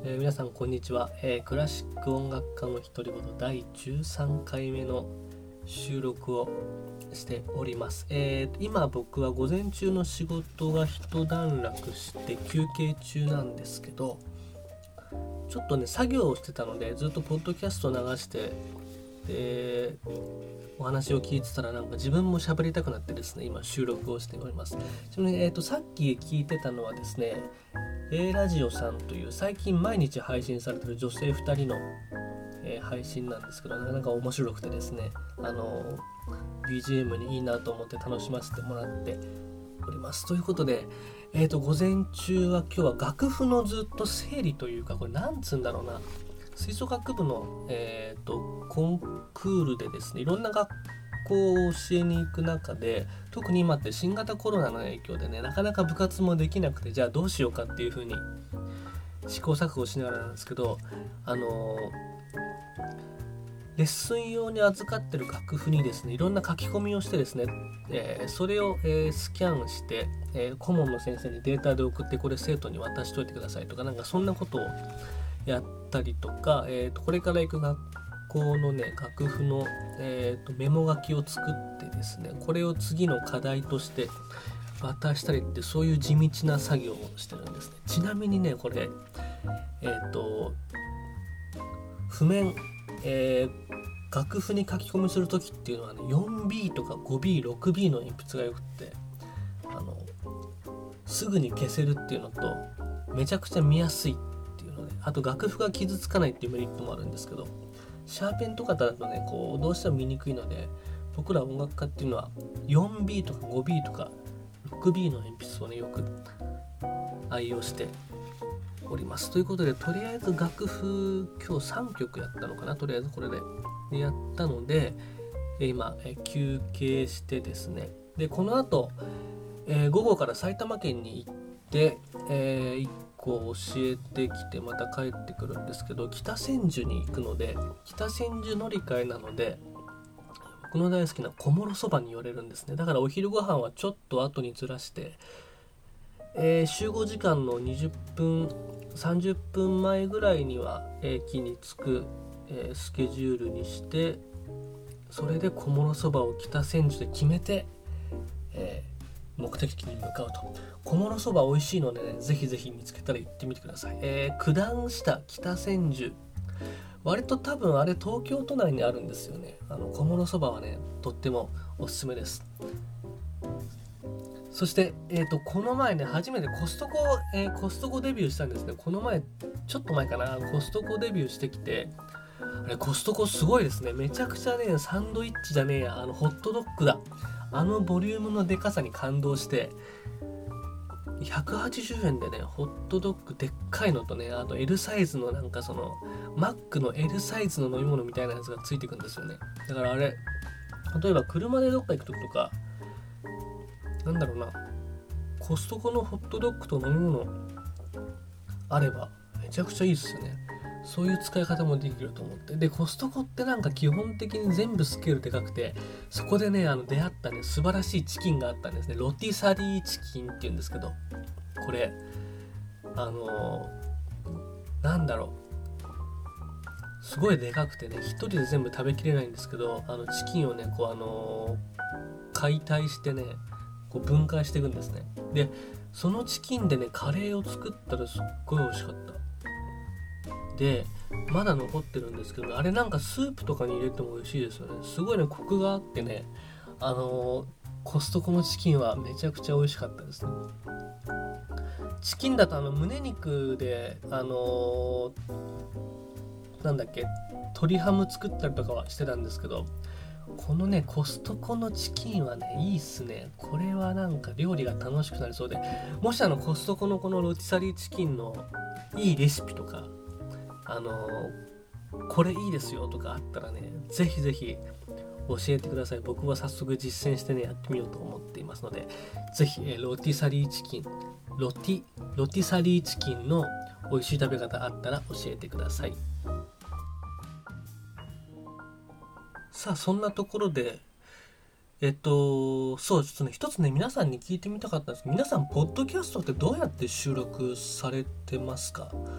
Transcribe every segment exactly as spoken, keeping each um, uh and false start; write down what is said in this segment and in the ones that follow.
えー、皆さんこんにちは、えー、クラシック音楽家の独り言だいじゅうさんかいめの収録をしております。えー、今僕は午前中の仕事が一段落して休憩中なんですけど、ちょっとね作業をしてたのでずっとポッドキャストを流してでお話を聞いてたらなんか自分も喋りたくなってですね、今収録をしております。ちなみに、えーと、さっき聞いてたのはですね、A ラジオさんという最近毎日配信されている女性ふたりの、えー、配信なんですけど、なかなか面白くてですね、あの ビージーエム にいいなと思って楽しませてもらっております。ということで、えーと午前中は今日は楽譜のずっと整理というか、これなんつうんだろうな、吹奏楽部の、えー、とコンクールでですね、いろんな学校を教えに行く中で、特に今って新型コロナの影響でね、なかなか部活もできなくて、じゃあどうしようかっていう風に試行錯誤しながらなんですけど、あのー、レッスン用に預かってる楽譜にですね、いろんな書き込みをしてですね、えー、それを、えー、スキャンして、えー、顧問の先生にデータで送って、これ生徒に渡しといてくださいとか、なんかそんなことをやったりとか、えー、とこれから行く学校のね楽譜の、えー、とメモ書きを作ってですね、これを次の課題として渡したりって、そういう地道な作業をしてるんですね。ちなみにねこれえっ、ー、と譜面、えー、楽譜に書き込みするときっていうのはね よんビー とか ごビー、ろくビー の鉛筆がよくって、あのすぐに消せるっていうのと、めちゃくちゃ見やすい、あと楽譜が傷つかないっていうメリットもあるんですけど、シャーペンとかだとねこうどうしても見にくいので、僕ら音楽家っていうのは よんビー とか ごビー とか ろくビー の鉛筆をねよく愛用しております。ということで、とりあえず楽譜今日さんきょくやったのかな、とりあえずこれででやったので、今休憩してですね、でこの後、えー、午後から埼玉県に行って、えー、こう教えてきてまた帰ってくるんですけど、北千住に行くので、北千住乗り換えなので僕の大好きな小諸そばに寄れるんですね。だからお昼ご飯はちょっと後にずらして、えー、集合時間のにじゅっぷんさんじゅっぷんまえぐらいには駅に着く、えー、スケジュールにして、それで小諸そばを北千住で決めて、えー目的地に向かうと。小諸そば美味しいのでね、ぜひぜひ見つけたら行ってみてください。えー、九段下北千住、割と多分あれ東京都内にあるんですよね。あの小諸そばはねとってもおすすめです。そして、えーと、この前ね初めてコストコ、えー、コストコデビューしたんですね。この前ちょっと前かな、コストコデビューしてきて、あれコストコすごいですね。めちゃくちゃね、サンドイッチじゃねえや、あのホットドッグだ、あのボリュームのでかさに感動して、ひゃくはちじゅうえんでねホットドッグでっかいのとね、あと L サイズのなんかそのマックの L サイズの飲み物みたいなやつがついてくんですよね。だからあれ、例えば車でどっか行くときとか、なんだろうな、コストコのホットドッグと飲み物あればめちゃくちゃいいっすよね。そういう使い方もできると思って。でコストコってなんか基本的に全部スケールでかくて、そこでねあの出会ったね素晴らしいチキンがあったんですね。ロティサリーチキンっていうんですけど、これあのー、なんだろう、すごいでかくてね、一人で全部食べきれないんですけど、あのチキンをねこうあのー、解体してねこう分解していくんですね。でそのチキンでねカレーを作ったらすっごい美味しかった。でまだ残ってるんですけど、あれなんかスープとかに入れても美味しいですよね。すごいねコクがあってね、あのー、コストコのチキンはめちゃくちゃ美味しかったですね。チキンだとあの胸肉であのー、なんだっけ鶏ハム作ったりとかはしてたんですけど、このねコストコのチキンはねいいっすね。これはなんか料理が楽しくなりそうで、もしあのコストコのこのロティサリーチキンのいいレシピとか、あのー、これいいですよとかあったらね、ぜひぜひ教えてください。僕は早速実践してねやってみようと思っていますので、ぜひ、えー、ロティサリーチキンロティロティサリーチキンの美味しい食べ方あったら教えてください。さあそんなところで、えっとそうちょっとね一つね皆さんに聞いてみたかったんですけど、皆さんポッドキャストってどうやって収録されてますか？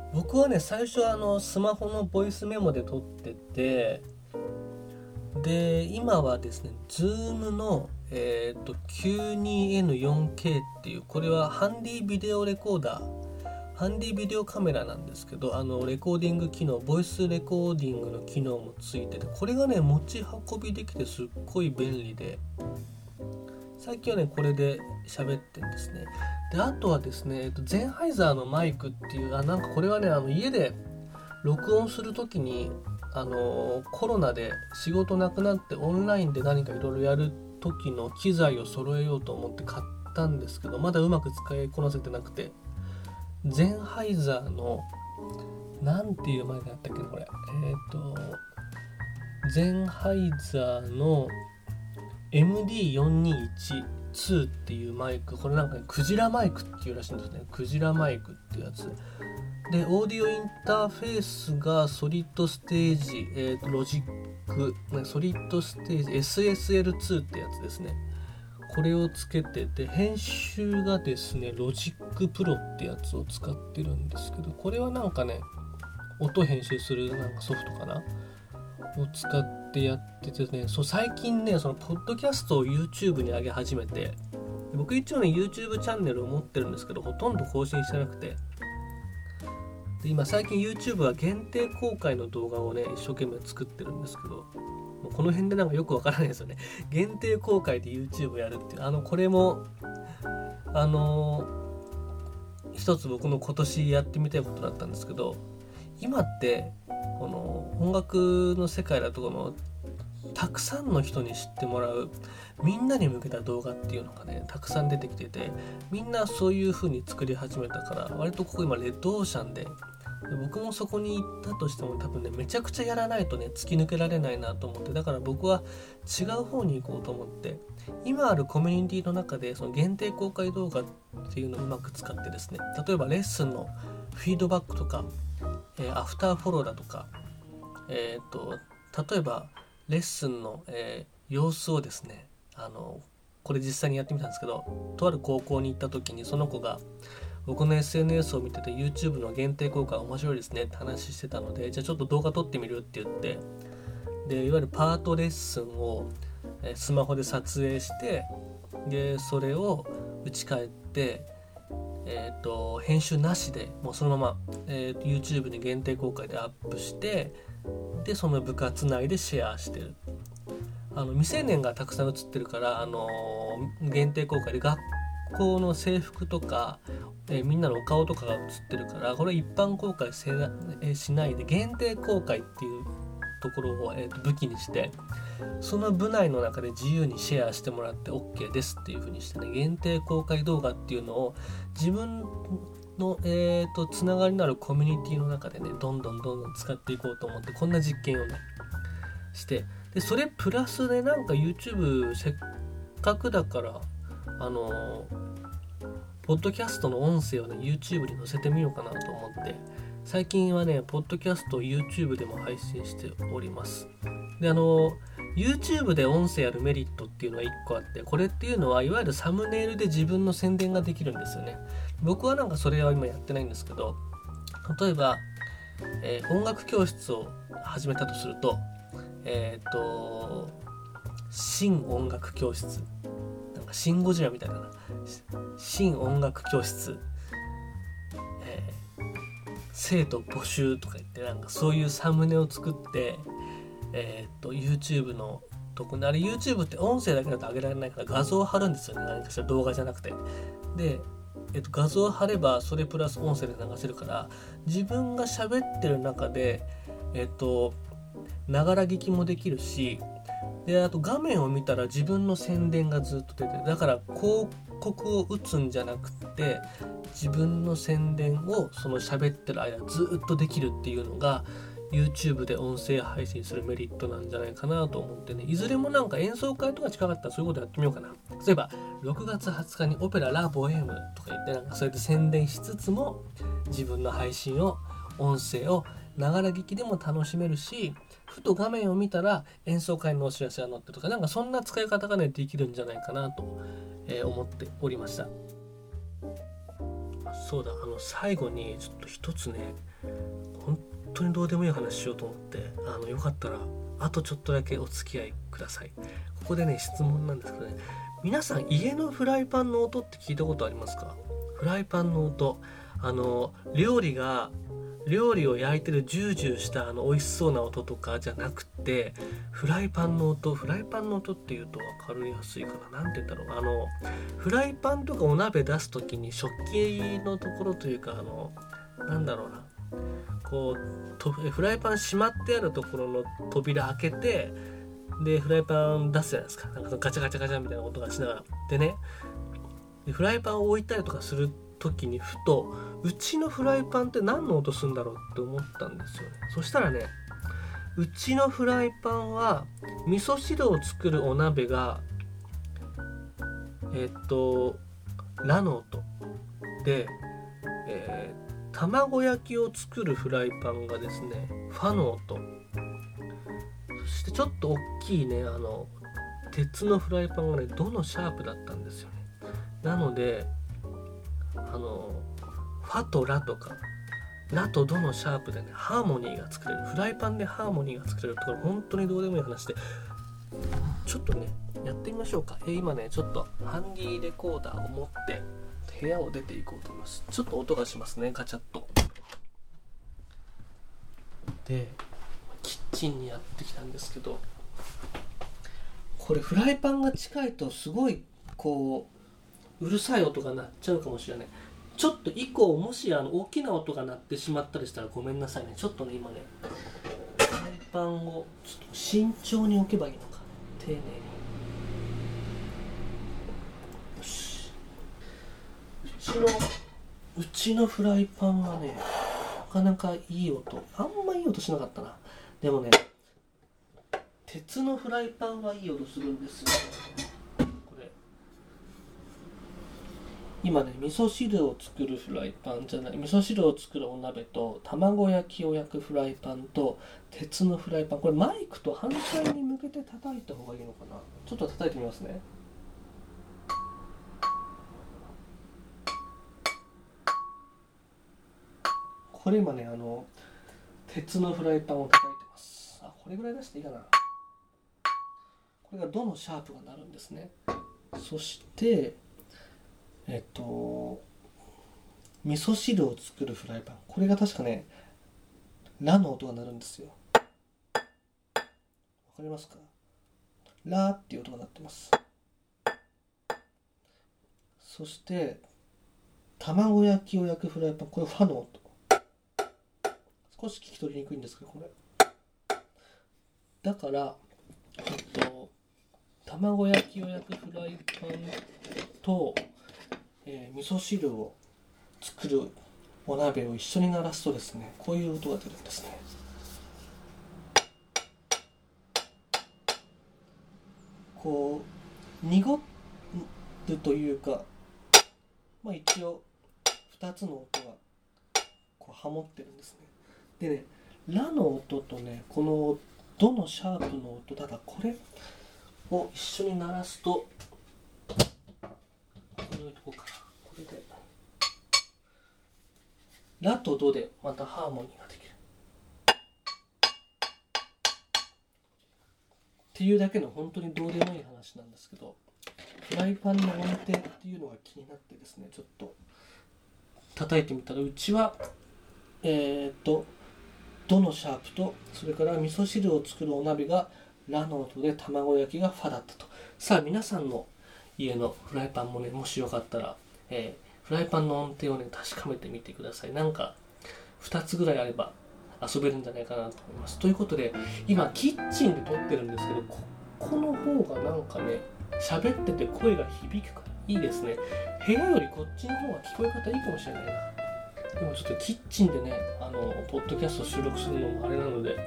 僕はね最初はあのスマホのボイスメモで撮ってて、で今はですね Zoom の、えー、と キューにーエヌよんケー っていう、これはハンディビデオレコーダーハンディビデオカメラなんですけど、あのレコーディング機能、ボイスレコーディングの機能もついてて、これがね持ち運びできてすっごい便利で、最近はねこれで喋ってんですね。であとはですね、えっと、ゼンハイザーのマイクっていう、あなんかこれはねあの家で録音するときにあのコロナで仕事なくなってオンラインで何かいろいろやる時の機材を揃えようと思って買ったんですけど、まだうまく使いこなせてなくて、ゼンハイザーのなんていうマイクだったっけなこれ、えっ、ー、とゼンハイザーの エムディーよんにーいちツー っていうマイク、これなんか、ね、クジラマイクっていうらしいんですね。クジラマイクっていうやつで、オーディオインターフェースがソリッドステージ、えー、とロジックソリッドステージ エスエスエルツー ってやつですね。これをつけてて、編集がですねロジックプロってやつを使ってるんですけど、これはなんかね音編集するなんかソフトかなを使ってやっててね、そう最近ねそのポッドキャストを YouTube に上げ始めて、僕一応ね YouTube チャンネルを持ってるんですけど、ほとんど更新してなくて、で今最近 YouTube は限定公開の動画をね一生懸命作ってるんですけど、もうこの辺でなんかよくわからないですよね。限定公開で YouTube やるっていう、あのこれもあのー、一つ僕の今年やってみたいことだったんですけど、今ってこの音楽の世界だとこのたくさんの人に知ってもらう、みんなに向けた動画っていうのがねたくさん出てきてて、みんなそういう風に作り始めたから、割とここ今レッドオーシャンで、で僕もそこに行ったとしても多分ねめちゃくちゃやらないとね突き抜けられないなと思って、だから僕は違う方に行こうと思って、今あるコミュニティの中でその限定公開動画っていうのをうまく使ってですね、例えばレッスンのフィードバックとか、えー、アフターフォローだとか、えー、と例えばレッスンの、えー、様子をですね、あのこれ実際にやってみたんですけど、とある高校に行った時にその子が僕の エスエヌエス を見てて YouTube の限定公開面白いですねって話してたので、じゃあちょっと動画撮ってみるって言って、でいわゆるパートレッスンをえスマホで撮影して、でそれを打ち返って、えー、と編集なしでもうそのまま、えー、と YouTube に限定公開でアップして、でその部活内でシェアしてる。あの未成年がたくさん写ってるから、あのー、限定公開で学校の制服とか、えー、みんなのお顔とかが写ってるから、これ一般公開せな、えー、しないで限定公開っていうところを、えー、と武器にして、その部内の中で自由にシェアしてもらって OK ですっていう風にしてね、限定公開動画っていうのを自分の、えー、とつながりのあるコミュニティの中でねどんどんどんどん使っていこうと思って、こんな実験をねして、でそれプラスでなんか YouTube せっかくだからあのポッドキャストの音声をね YouTube に載せてみようかなと思って、最近はねポッドキャストを YouTube でも配信しております。であの YouTube で音声やるメリットっていうのがいっこあって、これっていうのはいわゆるサムネイルで自分の宣伝ができるんですよね。僕はなんかそれは今やってないんですけど、例えば、えー、音楽教室を始めたとすると、えっ、ー、と新音楽教室、なんかシンゴジラみたいなな、新音楽教室、えー、生徒募集とか言って、なんかそういうサムネを作って、えっ、ー、と YouTube のとこに、あれ YouTube って音声だけだと上げられないから画像を貼るんですよね、何かしら動画じゃなくて。でえっと、画像を貼ればそれプラス音声で流せるから、自分が喋ってる中でえっとながら聞きもできるし、であと画面を見たら自分の宣伝がずっと出てる。だから広告を打つんじゃなくて、自分の宣伝をその喋ってる間ずっとできるっていうのが YouTube で音声配信するメリットなんじゃないかなと思ってね、いずれもなんか演奏会とか近かったらそういうことやってみようかな。例えばろくがつはつかにオペララボエームとか言って、なんかそうやって宣伝しつつも自分の配信を音声をながら聞きでも楽しめるし、ふと画面を見たら演奏会のお知らせが載ってるとか、なんかそんな使い方がねできるんじゃないかなと、えー、思っておりました。そうだ、あの最後にちょっと一つね本当にどうでもいい話しようと思って、あのよかったらあとちょっとだけお付き合いください。ここでね質問なんですけどね、皆さん家のフライパンの音って聞いたことありますか？フライパンの音、あの料理が料理を焼いてるジュージューしたあの美味しそうな音とかじゃなくて、フライパンの音、フライパンの音っていうと分かりやすいかな、なんて言うんだろう、あのフライパンとかお鍋出す時に食器のところというか、あのなんだろうな、こうとフライパン閉まってあるところの扉開けて、でフライパン出すじゃないですか、なんかガチャガチャガチャみたいな音がしながらでね、でフライパンを置いたりとかする時にふと、うちのフライパンって何の音するんだろうって思ったんですよね。そしたらね、うちのフライパンは味噌汁を作るお鍋がえっとラの音で、えー、卵焼きを作るフライパンがですねファの音、そしてちょっと大きいねあの鉄のフライパンがねドのシャープだったんですよね。なのであのファとラとかラとドのシャープでねハーモニーが作れる、フライパンでハーモニーが作れるところ、本当にどうでもいい話で、ちょっとねやってみましょうか。え今ねちょっとハンディレコーダーを持って部屋を出ていこうと思います。ちょっと音がしますね、ガチャッと。でキッチンにやってきたんですけど、これフライパンが近いとすごいこううるさい音が鳴っちゃうかもしれない。ちょっと以降もしあの大きな音が鳴ってしまったりしたらごめんなさいね。ちょっとね今ねフライパンをちょっと慎重に置けばいいのか、丁寧に。よし、うちのうちのフライパンはねなかなかいい音、あんまいい音しなかったな。でもね鉄のフライパンはいい音するんですよ。今ね味噌汁を作るフライパンじゃない味噌汁を作るお鍋と卵焼きを焼くフライパンと鉄のフライパン、これマイクと反対に向けて叩いた方がいいのかな。ちょっと叩いてみますね。これ今ねあの鉄のフライパンを叩いてます。あ、これぐらい出していいかな。これがどのシャープが鳴るんですね。そしてえっと味噌汁を作るフライパン、これが確かねラの音が鳴るんですよ。わかりますか？ラっていう音が鳴ってます。そして卵焼きを焼くフライパン、これファの音、少し聞き取りにくいんですけど、これだからえっと卵焼きを焼くフライパンとえー、味噌汁を作るお鍋を一緒に鳴らすとですね、こういう音が出るんですね。こう濁るというか、まあ一応ふたつの音がこうハモってるんですね。でね、ラの音とねこのドのシャープの音、ただこれを一緒に鳴らすと、これを置いとこうかな。これでラとドでまたハーモニーができるっていうだけの本当にどうでもいい話なんですけど、フライパンの音程っていうのが気になってですね、ちょっと叩いてみたら、うちはえっとドのシャープと、それから味噌汁を作るお鍋がラの音で、卵焼きがファだったと。さあ皆さんの家のフライパンもね、もしよかったら、えー、フライパンの音程をね確かめてみてください。なんかふたつぐらいあれば遊べるんじゃないかなと思います。ということで今キッチンで撮ってるんですけど、ここの方がなんかね喋ってて声が響くからいいですね。部屋よりこっちの方が聞こえ方いいかもしれないな。でもちょっとキッチンでねあのポッドキャスト収録するのもあれなので、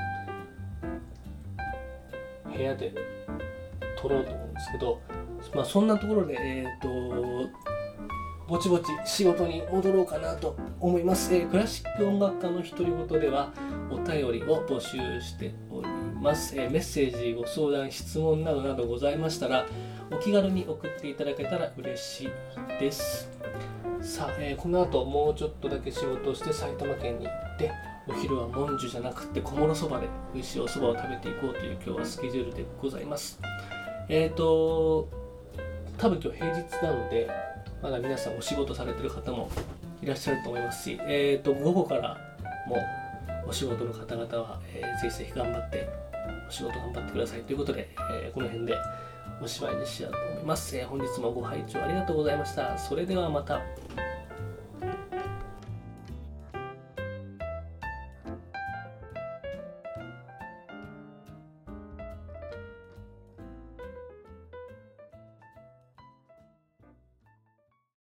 部屋で撮ろうと思うんですけど、まあそんなところでえっとぼちぼち仕事に戻ろうかなと思います。えー、クラシック音楽家の独り言ではお便りを募集しております。えー、メッセージ、ご相談、質問などなどございましたらお気軽に送っていただけたら嬉しいです。 さあ、えー、この後もうちょっとだけ仕事をして埼玉県に行って、お昼はもんじゅじゃなくて小諸そばで美味しいおそばを食べていこうという今日はスケジュールでございます。えっ、ー、と多分今日平日なのでまだ皆さんお仕事されてる方もいらっしゃると思いますし、えー、と午後からもお仕事の方々は、えー、ぜひぜひ頑張ってお仕事頑張ってくださいということで、えー、この辺でおしまいにしようと思います。えー、本日もご拝聴ありがとうございました。それではまた。